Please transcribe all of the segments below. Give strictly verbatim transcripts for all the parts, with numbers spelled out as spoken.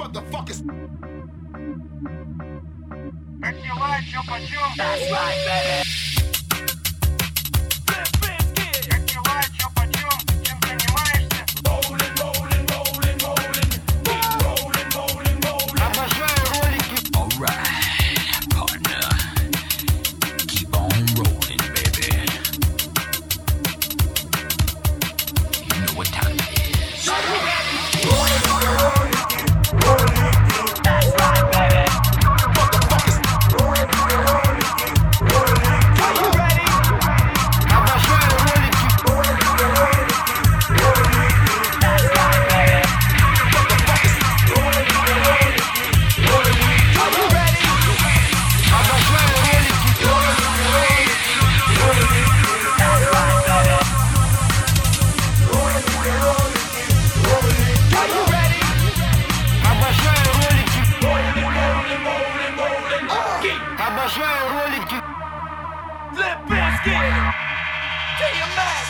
motherfuckers. Как дела, чё почём? That's right, baby. Как дела, чё почём? Чем занимаешься? Rolling, rolling, rolling, rolling. Rolling, rolling, rolling. Обожаю ролики. Alright, partner. Keep on rolling, baby. You know what time it is. That's right, baby. Motherfuckers. Are you ready? Обожаю ролики. That's right, baby. Motherfuckers. Are you ready? Обожаю ролики. That's right, baby. Are you ready? Обожаю ролики. Rolling, rolling, rolling, rolling. Обожаю ролики. Limp Bizkit. T M X.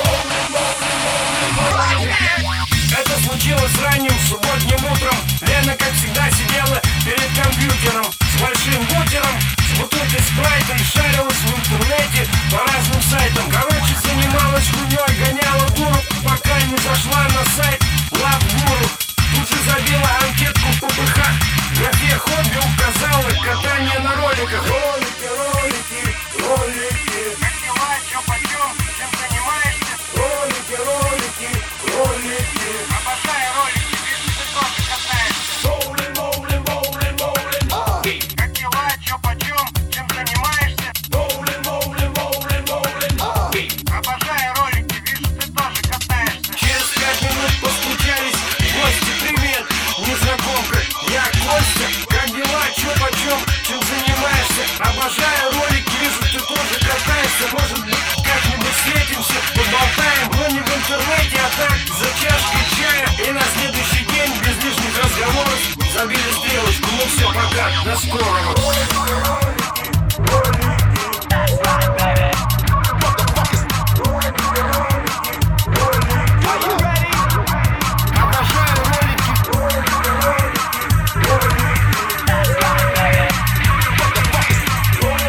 Это случилось ранним субботним утром. Лена, как всегда, сидела перед компьютером с большим бутером, с бутылкой спрайта и шарилась в интернете по разным сайтам. Короче, занималась хуйней, гоняла дуру, пока не зашла на сайт LoveGuru. Тут же забила анкетку по ПХ. В графе хобби указала катание на роликах. Ролики, ролики, ролики. Как дела, чё почём? Чем занимаешься? Ролики, ролики, ролики. Обожаю ролики, вижу, ты тоже катаешься. Rolling, rolling, rolling, rolling. Как дела, чё почём? Чем занимаешься? Rolling, rolling, rolling, rolling. Обожаю ролики, вижу, ты тоже катаешься. Через пять минут постучались гости. Привет, незнакомка, я Костя. Как дела, чё почём, чем занимаешься? Обожаю ролики, вижу, ты тоже катаешься. Может быть, как-нибудь встретимся, поболтаем. Но не в интернете, а так, за чашкой чая. И на следующий день, без лишних разговоров, забили стрелочку. Ну все, пока, до скорого. That's right, baby. Motherfuckers. Are you ready? Обожаю ролики. That's right, baby. Motherfuckers. Are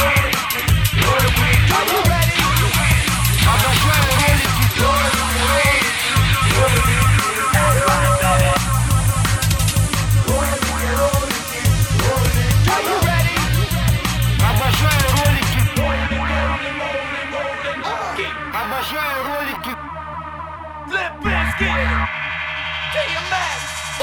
you ready? Обожаю ролики. That's right, baby. Are you ready? Обожаю ролики. Обожаю ролики. Limp Bizkit. T M X.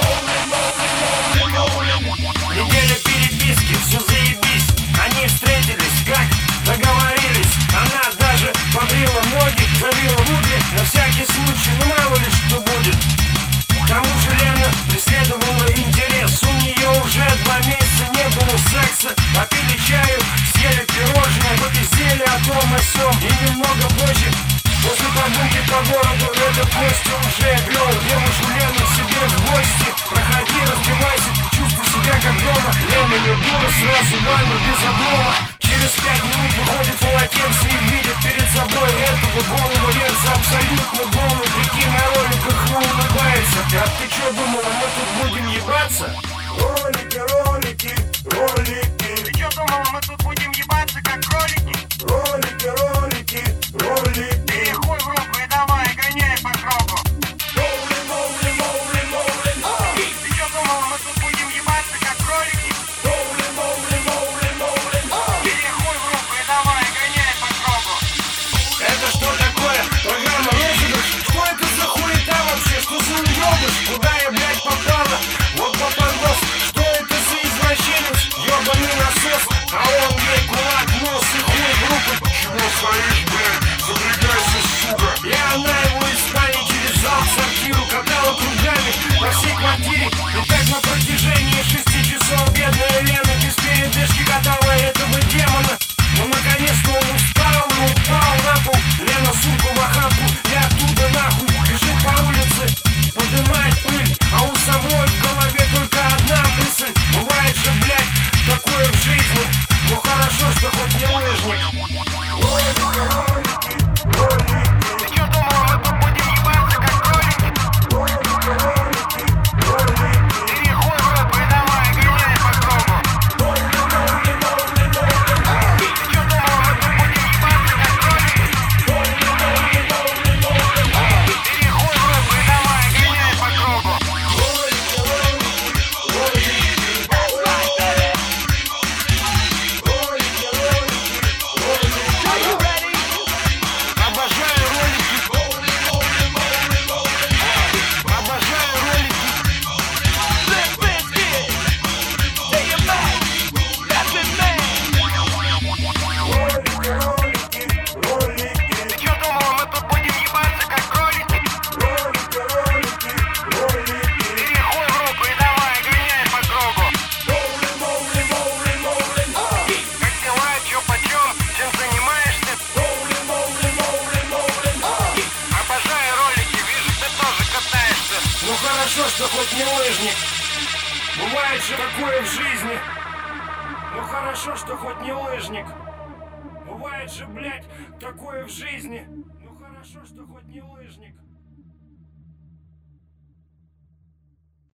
Неделя переписки, все заебись. Они встретились, как договорились. Она даже побрила ноги, забила вудли. На всякий случай, ну мало ли что будет. К тому же Лена преследовала интерес. У нее уже два месяца не было секса. Попили чаю, съели пирожное, попиздели о том о сём. И немного позже, после прогулки по городу, этот Костя уже вел девушку Лену к себе в гости. Проходи, раздевайся, чувствуй себя как дома. Лена не дура, сразу ванну без облома. Через пять минут выходит в полотенце и видит перед собой этого голого верца, абсолютно голый. Прикинь, на роликах не улыбается. А ты чё думала, мы тут будем ебаться? Ролики, ролики, ролики. Ты чё думала, мы тут будем ебаться, как кролики? Ролики, ролики, ролики. Бери хуй в руку и давай, гоняй по кругу. Rolling, rolling, rolling, rolling. Ты чё думала, мы тут будем ебаться, как кролики? Rolling, rolling, rolling, rolling. Бери хуй в руку и давай, гоняй по кругу. Это что такое? Программа розыгрыш? Что это за хуета вообще? Что за уёбыш? Куда я, блядь, попала? Вот попадос. Что это за извращенец? Ёбаный насос. А он, блядь, кулак, нос и хуй в руку. Чего стоишь, блядь? Запрягайся, сука. И она его из спальни через зал в сортиру катала кругами по всей квартире. И так на протяжении шести часов бедная Лена без передышки катала этого демона. Но наконец-то он устал, но упал на пол. Лена сумку в охапку и оттуда нахуй бежит по улице, поднимает пыль, а у самой в голове только одна мысль. Бывает же, блядь, такое в жизни. Ну хорошо, что хоть не лыжник. Ты чё думала, мы тут будем ебаться, как кролики? Бери хуй в хорошо, что хоть не лыжник. Бывает же такое в жизни. Ну хорошо, что хоть не лыжник. Бывает же, блядь, такое в жизни. Ну хорошо, что хоть не лыжник.